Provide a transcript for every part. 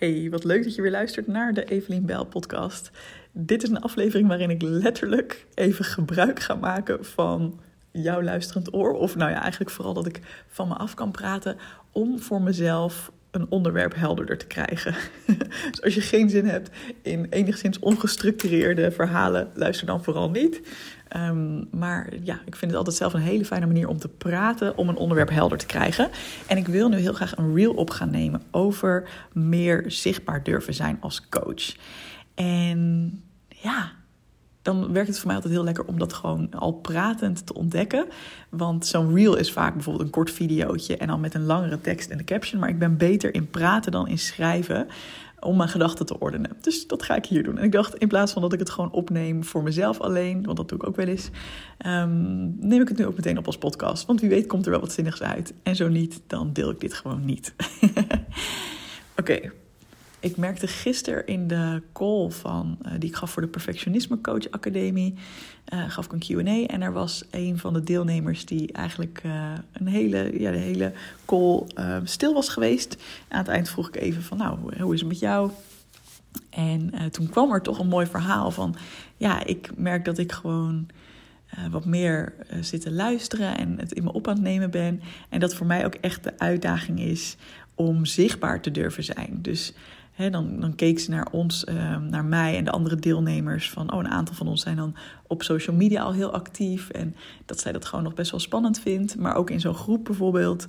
Hey, wat leuk dat je weer luistert naar de Evelien Bijl podcast. Dit is een aflevering waarin ik letterlijk even gebruik ga maken van jouw luisterend oor. Of nou ja, eigenlijk vooral dat ik van me af kan praten om voor mezelf een onderwerp helderder te krijgen. Dus als je geen zin hebt in enigszins ongestructureerde verhalen, luister dan vooral niet. Maar ja, ik vind het altijd zelf een hele fijne manier om te praten, om een onderwerp helder te krijgen. En ik wil nu heel graag een reel op gaan nemen over meer zichtbaar durven zijn als coach. En ja, dan werkt het voor mij altijd heel lekker om dat gewoon al pratend te ontdekken. Want zo'n reel is vaak bijvoorbeeld een kort videootje en dan met een langere tekst en de caption. Maar ik ben beter in praten dan in schrijven om mijn gedachten te ordenen. Dus dat ga ik hier doen. En ik dacht, in plaats van dat ik het gewoon opneem voor mezelf alleen, want dat doe ik ook wel eens, neem ik het nu ook meteen op als podcast. Want wie weet komt er wel wat zinnigs uit. En zo niet, dan deel ik dit gewoon niet. Oké. Ik merkte gisteren in de call die ik gaf voor de Perfectionisme Coach Academie, gaf ik een Q&A. En er was een van de deelnemers die eigenlijk de hele call stil was geweest. Aan het eind vroeg ik even van, nou, hoe is het met jou? En toen kwam er toch een mooi verhaal van, ja, ik merk dat ik gewoon wat meer zit te luisteren en het in me op aan het nemen ben. En dat voor mij ook echt de uitdaging is om zichtbaar te durven zijn. Dus dan keek ze naar ons, naar mij en de andere deelnemers van, een aantal van ons zijn dan op social media al heel actief en dat zij dat gewoon nog best wel spannend vindt. Maar ook in zo'n groep bijvoorbeeld,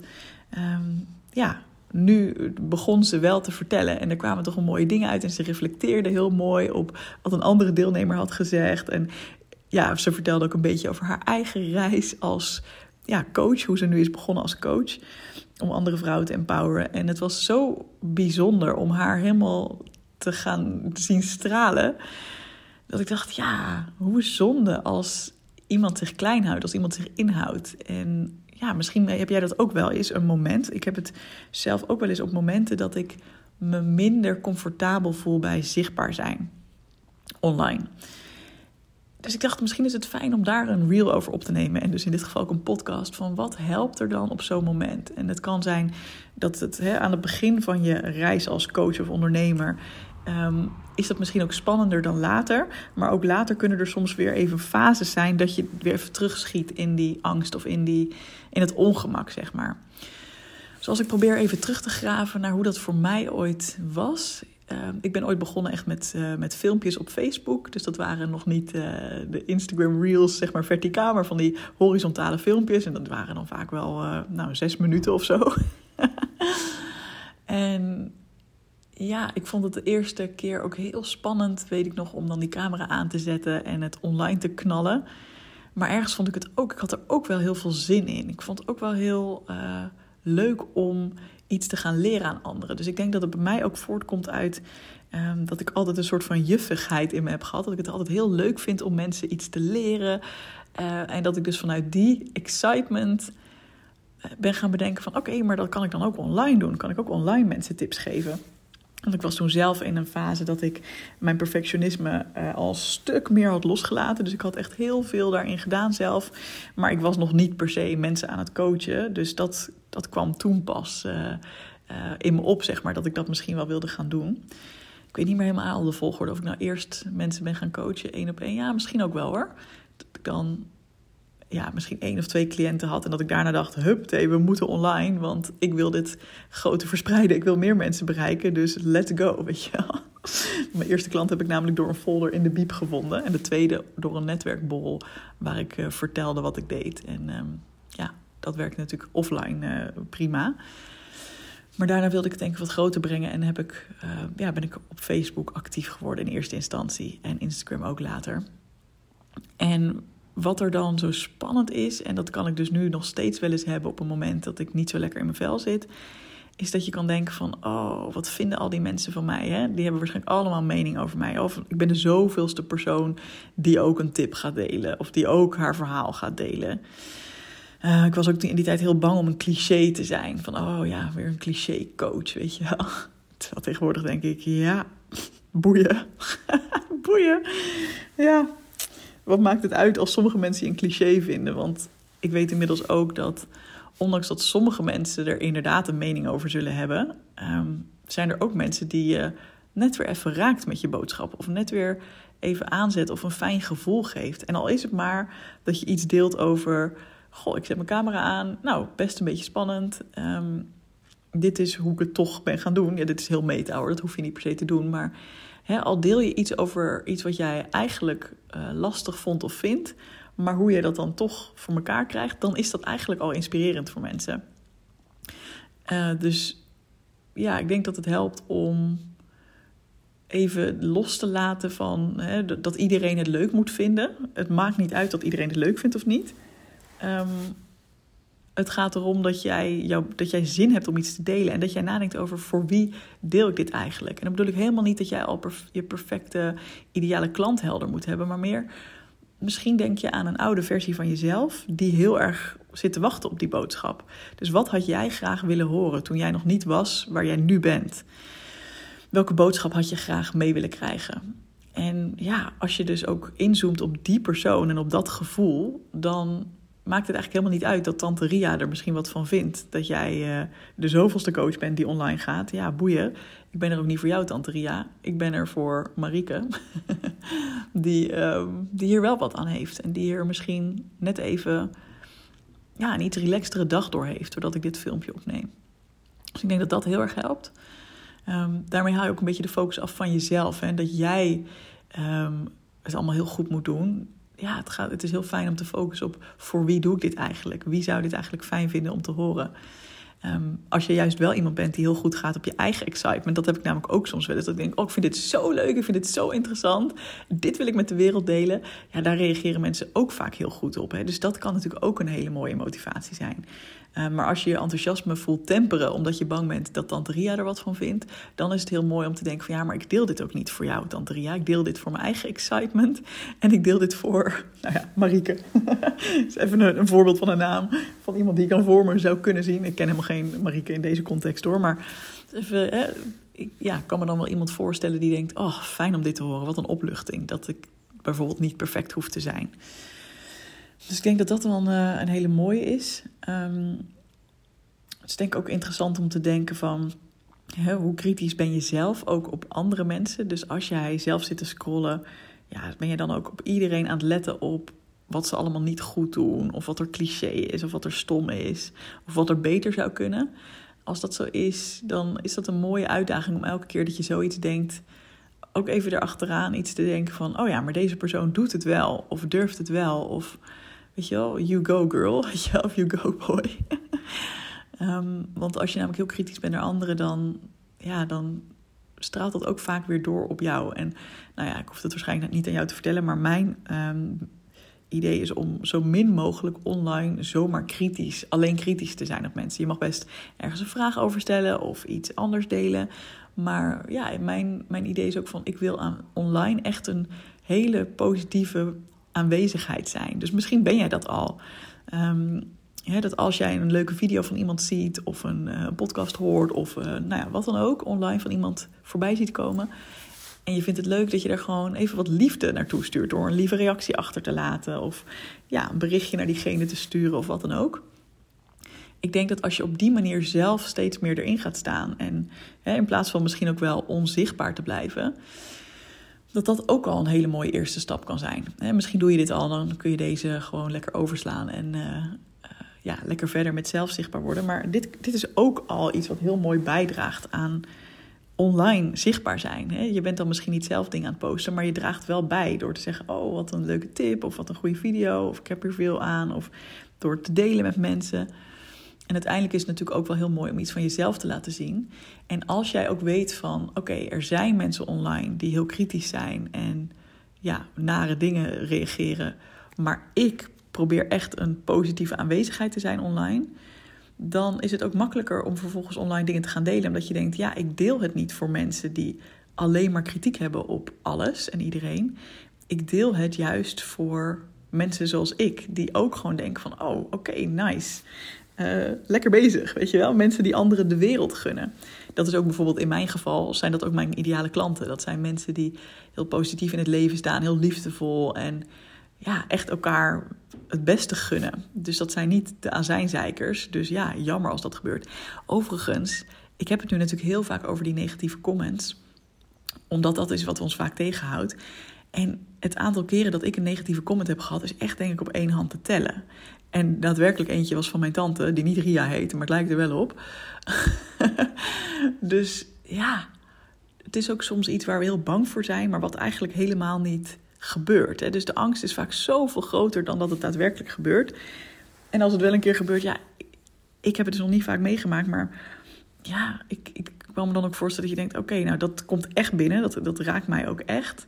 nu begon ze wel te vertellen en er kwamen toch een mooie dingen uit en ze reflecteerde heel mooi op wat een andere deelnemer had gezegd. En ja, ze vertelde ook een beetje over haar eigen reis als coach, hoe ze nu is begonnen als coach, om andere vrouwen te empoweren. En het was zo bijzonder om haar helemaal te gaan zien stralen, dat ik dacht, ja, hoe zonde als iemand zich klein houdt, als iemand zich inhoudt. En ja, misschien heb jij dat ook wel eens een moment. Ik heb het zelf ook wel eens op momenten dat ik me minder comfortabel voel bij zichtbaar zijn online. Dus ik dacht, misschien is het fijn om daar een reel over op te nemen. En dus in dit geval ook een podcast van wat helpt er dan op zo'n moment. En het kan zijn dat het aan het begin van je reis als coach of ondernemer is dat misschien ook spannender dan later. Maar ook later kunnen er soms weer even fases zijn dat je weer even terugschiet in die angst of in het ongemak, zeg maar. Dus als ik probeer even terug te graven naar hoe dat voor mij ooit was. Ik ben ooit begonnen echt met filmpjes op Facebook. Dus dat waren nog niet de Instagram Reels, zeg maar verticaal, maar van die horizontale filmpjes. En dat waren dan vaak wel 6 minuten of zo. En ja, ik vond het de eerste keer ook heel spannend, weet ik nog, om dan die camera aan te zetten en het online te knallen. Maar ergens vond ik het ook, ik had er ook wel heel veel zin in. Ik vond het ook wel heel leuk om iets te gaan leren aan anderen. Dus ik denk dat het bij mij ook voortkomt uit dat ik altijd een soort van juffigheid in me heb gehad. Dat ik het altijd heel leuk vind om mensen iets te leren. En dat ik dus vanuit die excitement ben gaan bedenken van oké, maar dat kan ik dan ook online doen. Kan ik ook online mensen tips geven. Want ik was toen zelf in een fase dat ik mijn perfectionisme al een stuk meer had losgelaten. Dus ik had echt heel veel daarin gedaan zelf. Maar ik was nog niet per se mensen aan het coachen. Dus dat kwam toen pas in me op, zeg maar, dat ik dat misschien wel wilde gaan doen. Ik weet niet meer helemaal de volgorde of ik nou eerst mensen ben gaan coachen 1-op-1. Ja, misschien ook wel hoor. Dat ik dan misschien 1 of 2 cliënten had en dat ik daarna dacht, we moeten online, want ik wil dit groter verspreiden. Ik wil meer mensen bereiken, dus let's go, weet je wel. Mijn eerste klant heb ik namelijk door een folder in de Biep gevonden en de tweede door een netwerkborrel waar ik vertelde wat ik deed. En dat werkt natuurlijk offline prima. Maar daarna wilde ik het denk ik wat groter brengen en ben ik op Facebook actief geworden in eerste instantie en Instagram ook later. En wat er dan zo spannend is, en dat kan ik dus nu nog steeds wel eens hebben op een moment dat ik niet zo lekker in mijn vel zit, is dat je kan denken van, wat vinden al die mensen van mij? Hè? Die hebben waarschijnlijk allemaal een mening over mij. Of ik ben de zoveelste persoon die ook een tip gaat delen of die ook haar verhaal gaat delen. Ik was ook in die tijd heel bang om een cliché te zijn. Van, weer een cliché coach, weet je wel. Terwijl tegenwoordig denk ik, ja, boeien. Boeien. Ja, wat maakt het uit als sommige mensen je een cliché vinden? Want ik weet inmiddels ook dat, ondanks dat sommige mensen er inderdaad een mening over zullen hebben, zijn er ook mensen die je net weer even raakt met je boodschap. Of net weer even aanzet of een fijn gevoel geeft. En al is het maar dat je iets deelt over... Goh, ik zet mijn camera aan. Nou, best een beetje spannend. Dit is hoe ik het toch ben gaan doen. Ja, dit is heel meta hoor, dat hoef je niet per se te doen. Maar al deel je iets over iets wat jij eigenlijk lastig vond of vindt... maar hoe je dat dan toch voor elkaar krijgt... dan is dat eigenlijk al inspirerend voor mensen. Dus ja, ik denk dat het helpt om even los te laten van... dat iedereen het leuk moet vinden. Het maakt niet uit dat iedereen het leuk vindt of niet... Het gaat erom dat jij zin hebt om iets te delen... en dat jij nadenkt over voor wie deel ik dit eigenlijk. En dan bedoel ik helemaal niet dat jij al je perfecte ideale klant helder moet hebben... maar meer, misschien denk je aan een oude versie van jezelf... die heel erg zit te wachten op die boodschap. Dus wat had jij graag willen horen toen jij nog niet was waar jij nu bent? Welke boodschap had je graag mee willen krijgen? En ja, als je dus ook inzoomt op die persoon en op dat gevoel... dan maakt het eigenlijk helemaal niet uit dat tante Ria er misschien wat van vindt. Dat jij de zoveelste coach bent die online gaat. Ja, boeien. Ik ben er ook niet voor jou, tante Ria. Ik ben er voor Marieke. die hier wel wat aan heeft. En die hier misschien net even een iets relaxtere dag door heeft. Doordat ik dit filmpje opneem. Dus ik denk dat dat heel erg helpt. Daarmee haal je ook een beetje de focus af van jezelf. Hè? Dat jij het allemaal heel goed moet doen. Ja, het is heel fijn om te focussen op voor wie doe ik dit eigenlijk? Wie zou dit eigenlijk fijn vinden om te horen? Als je juist wel iemand bent die heel goed gaat op je eigen excitement... dat heb ik namelijk ook soms wel eens. Dat ik denk, ik vind dit zo leuk, ik vind dit zo interessant. Dit wil ik met de wereld delen. Ja, daar reageren mensen ook vaak heel goed op. Hè? Dus dat kan natuurlijk ook een hele mooie motivatie zijn. Maar als je je enthousiasme voelt temperen... omdat je bang bent dat tante Ria er wat van vindt... dan is het heel mooi om te denken van... ja, maar ik deel dit ook niet voor jou, tante Ria. Ik deel dit voor mijn eigen excitement. En ik deel dit voor, Marieke. Dat is even een voorbeeld van een naam... van iemand die ik dan voor me zou kunnen zien. Ik ken helemaal geen Marieke in deze context hoor. Maar even, ik kan me dan wel iemand voorstellen die denkt... oh, fijn om dit te horen, wat een opluchting. Dat ik bijvoorbeeld niet perfect hoef te zijn... Dus ik denk dat dat wel een hele mooie is. Het is denk ik ook interessant om te denken van... hoe kritisch ben je zelf ook op andere mensen? Dus als jij zelf zit te scrollen... ben je dan ook op iedereen aan het letten op... wat ze allemaal niet goed doen... of wat er cliché is, of wat er stom is... of wat er beter zou kunnen. Als dat zo is, dan is dat een mooie uitdaging... om elke keer dat je zoiets denkt... ook even erachteraan iets te denken van... oh ja, maar deze persoon doet het wel... of durft het wel, of... weet je wel, you go girl, weet je wel, of you go boy. Want als je namelijk heel kritisch bent naar anderen... dan straalt dat ook vaak weer door op jou. En ik hoef het waarschijnlijk niet aan jou te vertellen... maar mijn idee is om zo min mogelijk online zomaar alleen kritisch te zijn op mensen. Je mag best ergens een vraag over stellen of iets anders delen. Maar mijn idee is ook van... ik wil online echt een hele positieve... aanwezigheid zijn. Dus misschien ben jij dat al. Dat als jij een leuke video van iemand ziet... of een podcast hoort... of wat dan ook online van iemand voorbij ziet komen... en je vindt het leuk dat je er gewoon even wat liefde naartoe stuurt... door een lieve reactie achter te laten... of een berichtje naar diegene te sturen of wat dan ook. Ik denk dat als je op die manier zelf steeds meer erin gaat staan... en in plaats van misschien ook wel onzichtbaar te blijven... dat ook al een hele mooie eerste stap kan zijn. Misschien doe je dit al, dan kun je deze gewoon lekker overslaan... en lekker verder met zelf zichtbaar worden. Maar dit is ook al iets wat heel mooi bijdraagt aan online zichtbaar zijn. Je bent dan misschien niet zelf dingen aan het posten... maar je draagt wel bij door te zeggen... oh, wat een leuke tip, of wat een goede video... of ik heb hier veel aan, of door te delen met mensen... En uiteindelijk is het natuurlijk ook wel heel mooi om iets van jezelf te laten zien. En als jij ook weet van, oké, er zijn mensen online die heel kritisch zijn en nare dingen reageren. Maar ik probeer echt een positieve aanwezigheid te zijn online. Dan is het ook makkelijker om vervolgens online dingen te gaan delen. Omdat je denkt, ik deel het niet voor mensen die alleen maar kritiek hebben op alles en iedereen. Ik deel het juist voor mensen zoals ik, die ook gewoon denken van, oh, oké, nice. Lekker bezig, weet je wel. Mensen die anderen de wereld gunnen. Dat is ook bijvoorbeeld in mijn geval, zijn dat ook mijn ideale klanten. Dat zijn mensen die heel positief in het leven staan, heel liefdevol en echt elkaar het beste gunnen. Dus dat zijn niet de azijnzeikers. Dus jammer als dat gebeurt. Overigens, ik heb het nu natuurlijk heel vaak over die negatieve comments. Omdat dat is wat ons vaak tegenhoudt. En het aantal keren dat ik een negatieve comment heb gehad is echt denk ik op 1 hand te tellen. En daadwerkelijk eentje was van mijn tante, die niet Ria heette, maar het lijkt er wel op. Dus ja, het is ook soms iets waar we heel bang voor zijn, maar wat eigenlijk helemaal niet gebeurt. Hè? Dus de angst is vaak zoveel groter dan dat het daadwerkelijk gebeurt. En als het wel een keer gebeurt, ja, ik heb het dus nog niet vaak meegemaakt, maar ja, ik kan me dan ook voorstellen dat je denkt, oké, nou dat komt echt binnen, dat raakt mij ook echt.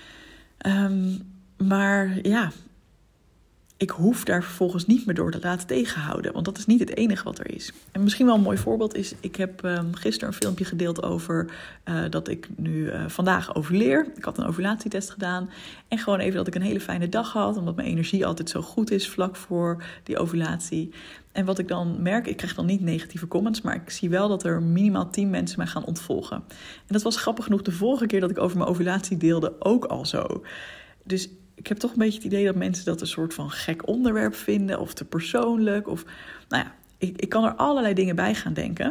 Maar ja, ik hoef daar vervolgens niet meer door te laten tegenhouden. Want dat is niet het enige wat er is. En misschien wel een mooi voorbeeld is, ik heb gisteren een filmpje gedeeld over dat ik nu vandaag ovuleer. Ik had een ovulatietest gedaan. En gewoon even dat ik een hele fijne dag had. Omdat mijn energie altijd zo goed is vlak voor die ovulatie. En wat ik dan merk, ik krijg dan niet negatieve comments, maar ik zie wel dat er minimaal 10 mensen mij gaan ontvolgen. En dat was grappig genoeg de vorige keer dat ik over mijn ovulatie deelde ook al zo. Dus ik heb toch een beetje het idee dat mensen dat een soort van gek onderwerp vinden of te persoonlijk. Of, nou ja, ik kan er allerlei dingen bij gaan denken.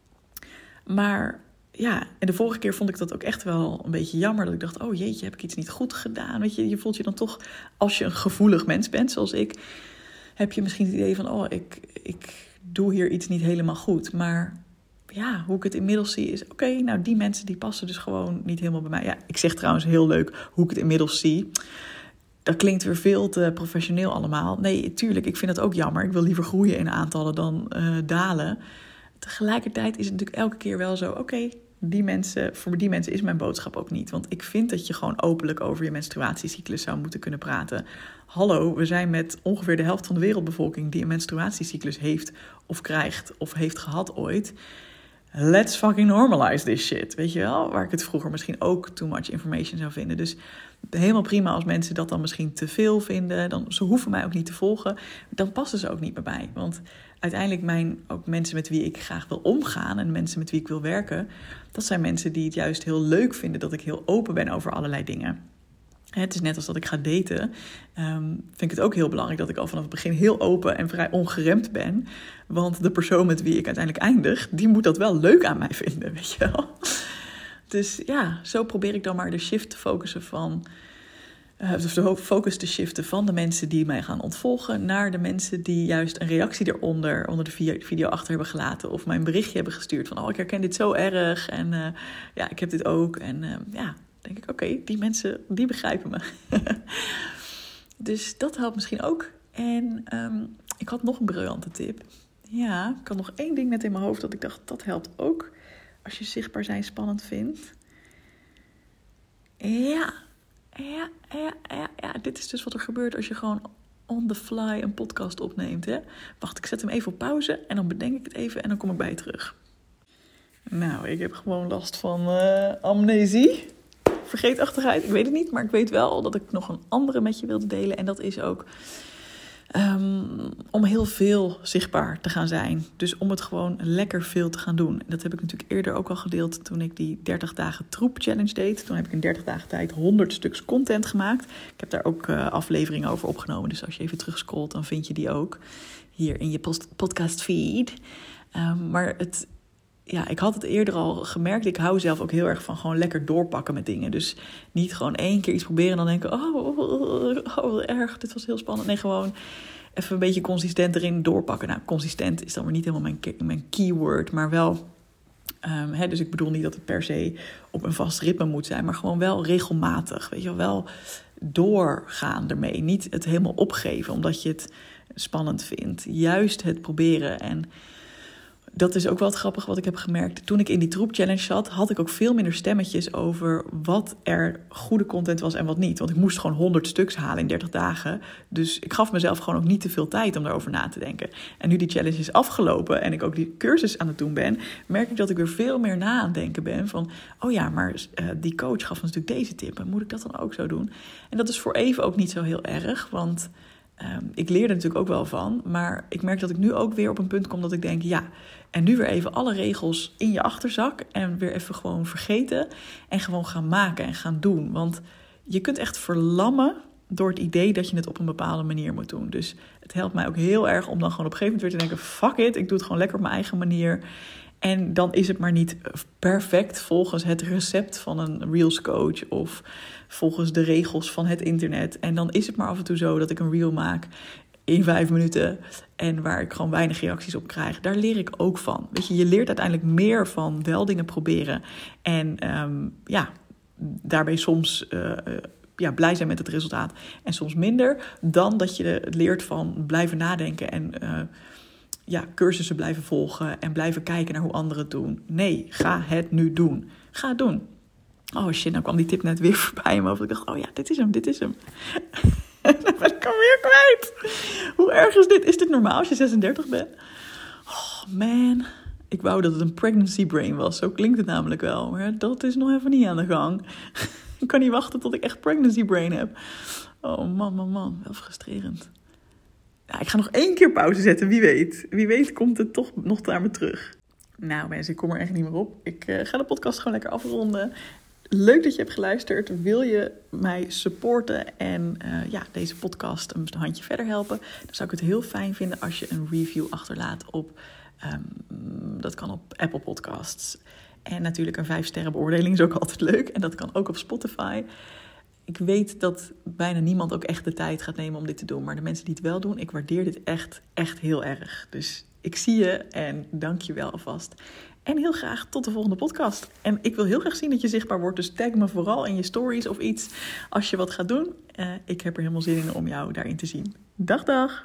Maar ja, en de vorige keer vond ik dat ook echt wel een beetje jammer. Dat ik dacht, oh jeetje, heb ik iets niet goed gedaan? Weet je voelt je dan toch, als je een gevoelig mens bent zoals ik, heb je misschien het idee van, oh, ik doe hier iets niet helemaal goed. Maar ja, hoe ik het inmiddels zie is, oké, nou die mensen die passen dus gewoon niet helemaal bij mij. Ja, ik zeg trouwens heel leuk hoe ik het inmiddels zie. Dat klinkt weer veel te professioneel allemaal. Nee, tuurlijk, ik vind het ook jammer. Ik wil liever groeien in aantallen dan dalen. Tegelijkertijd is het natuurlijk elke keer wel zo, oké, voor die mensen is mijn boodschap ook niet. Want ik vind dat je gewoon openlijk over je menstruatiecyclus zou moeten kunnen praten. Hallo, we zijn met ongeveer de helft van de wereldbevolking die een menstruatiecyclus heeft of krijgt of heeft gehad ooit. Let's fucking normalize this shit, weet je wel? Waar ik het vroeger misschien ook too much information zou vinden. Dus helemaal prima als mensen dat dan misschien te veel vinden. Ze hoeven mij ook niet te volgen. Dan passen ze ook niet bij mij. Want uiteindelijk ook mensen met wie ik graag wil omgaan en mensen met wie ik wil werken, dat zijn mensen die het juist heel leuk vinden dat ik heel open ben over allerlei dingen. Het is net als dat ik ga daten. Vind ik het ook heel belangrijk dat ik al vanaf het begin heel open en vrij ongeremd ben. Want de persoon met wie ik uiteindelijk eindig, die moet dat wel leuk aan mij vinden, weet je wel. Dus ja, zo probeer ik dan maar de shift te focussen van, of de focus te shiften van de mensen die mij gaan ontvolgen naar de mensen die juist een reactie eronder, onder de video achter hebben gelaten. Of mij een berichtje hebben gestuurd van, oh, ik herken dit zo erg en ja, ik heb dit ook. En ja, denk ik, oké, die mensen, die begrijpen me. Dus dat helpt misschien ook. En ik had nog een briljante tip. Ja, ik had nog 1 ding net in mijn hoofd dat ik dacht, dat helpt ook. Als je zichtbaar zijn spannend vindt. Ja. Dit is dus wat er gebeurt als je gewoon on the fly een podcast opneemt. Hè? Wacht, ik zet hem even op pauze en dan bedenk ik het even en dan kom ik bij je terug. Nou, ik heb gewoon last van amnesie. Vergeetachtigheid, ik weet het niet, maar ik weet wel dat ik nog een andere met je wilde delen. En dat is ook om heel veel zichtbaar te gaan zijn. Dus om het gewoon lekker veel te gaan doen. En dat heb ik natuurlijk eerder ook al gedeeld toen ik die 30 dagen troep challenge deed. Toen heb ik in 30 dagen tijd 100 stuks content gemaakt. Ik heb daar ook afleveringen over opgenomen. Dus als je even terugscrollt, dan vind je die ook hier in je podcast feed. Maar ik had het eerder al gemerkt. Ik hou zelf ook heel erg van gewoon lekker doorpakken met dingen. Dus niet gewoon 1 keer iets proberen en dan denken, oh, wat erg, dit was heel spannend. Nee, gewoon even een beetje consistent erin doorpakken. Nou, consistent is dan weer niet helemaal mijn keyword, maar wel. Dus ik bedoel niet dat het per se op een vast ritme moet zijn, maar gewoon wel regelmatig. Weet je wel doorgaan ermee. Niet het helemaal opgeven omdat je het spannend vindt. Juist het proberen. En dat is ook wel het grappige wat ik heb gemerkt. Toen ik in die troep challenge zat, had ik ook veel minder stemmetjes over wat er goede content was en wat niet. Want ik moest gewoon 100 stuks halen in 30 dagen. Dus ik gaf mezelf gewoon ook niet te veel tijd om daarover na te denken. En nu die challenge is afgelopen en ik ook die cursus aan het doen ben, merk ik dat ik weer veel meer na aan het denken ben van, oh ja, maar die coach gaf natuurlijk deze tip. En moet ik dat dan ook zo doen? En dat is voor even ook niet zo heel erg, want ik leer er natuurlijk ook wel van. Maar ik merk dat ik nu ook weer op een punt kom dat ik denk, ja, en nu weer even alle regels in je achterzak en weer even gewoon vergeten en gewoon gaan maken en gaan doen. Want je kunt echt verlammen door het idee dat je het op een bepaalde manier moet doen. Dus het helpt mij ook heel erg om dan gewoon op een gegeven moment weer te denken, fuck it, ik doe het gewoon lekker op mijn eigen manier. En dan is het maar niet perfect volgens het recept van een Reels coach of volgens de regels van het internet. En dan is het maar af en toe zo dat ik een reel maak in 5 minuten en waar ik gewoon weinig reacties op krijg. Daar leer ik ook van. Weet je leert uiteindelijk meer van wel dingen proberen. En daarbij soms blij zijn met het resultaat en soms minder, dan dat je leert van blijven nadenken en cursussen blijven volgen en blijven kijken naar hoe anderen het doen. Nee, ga het nu doen. Ga het doen. Oh shit, nou kwam die tip net weer voorbij me. Ik dacht, oh ja, dit is hem. En dan ben ik hem weer kwijt. Hoe erg is dit? Is dit normaal als je 36 bent? Oh man, ik wou dat het een pregnancy brain was. Zo klinkt het namelijk wel. Maar dat is nog even niet aan de gang. Ik kan niet wachten tot ik echt pregnancy brain heb. Oh man, wel frustrerend. Ja, ik ga nog 1 keer pauze zetten, wie weet. Wie weet komt het toch nog naar me terug. Nou mensen, ik kom er echt niet meer op. Ik ga de podcast gewoon lekker afronden. Leuk dat je hebt geluisterd. Wil je mij supporten en deze podcast een handje verder helpen? Dan zou ik het heel fijn vinden als je een review achterlaat op... dat kan op Apple Podcasts. En natuurlijk een 5-sterren beoordeling is ook altijd leuk. En dat kan ook op Spotify. Ik weet dat bijna niemand ook echt de tijd gaat nemen om dit te doen. Maar de mensen die het wel doen, ik waardeer dit echt heel erg. Dus ik zie je en dank je wel alvast. En heel graag tot de volgende podcast. En ik wil heel graag zien dat je zichtbaar wordt. Dus tag me vooral in je stories of iets als je wat gaat doen. Ik heb er helemaal zin in om jou daarin te zien. Dag.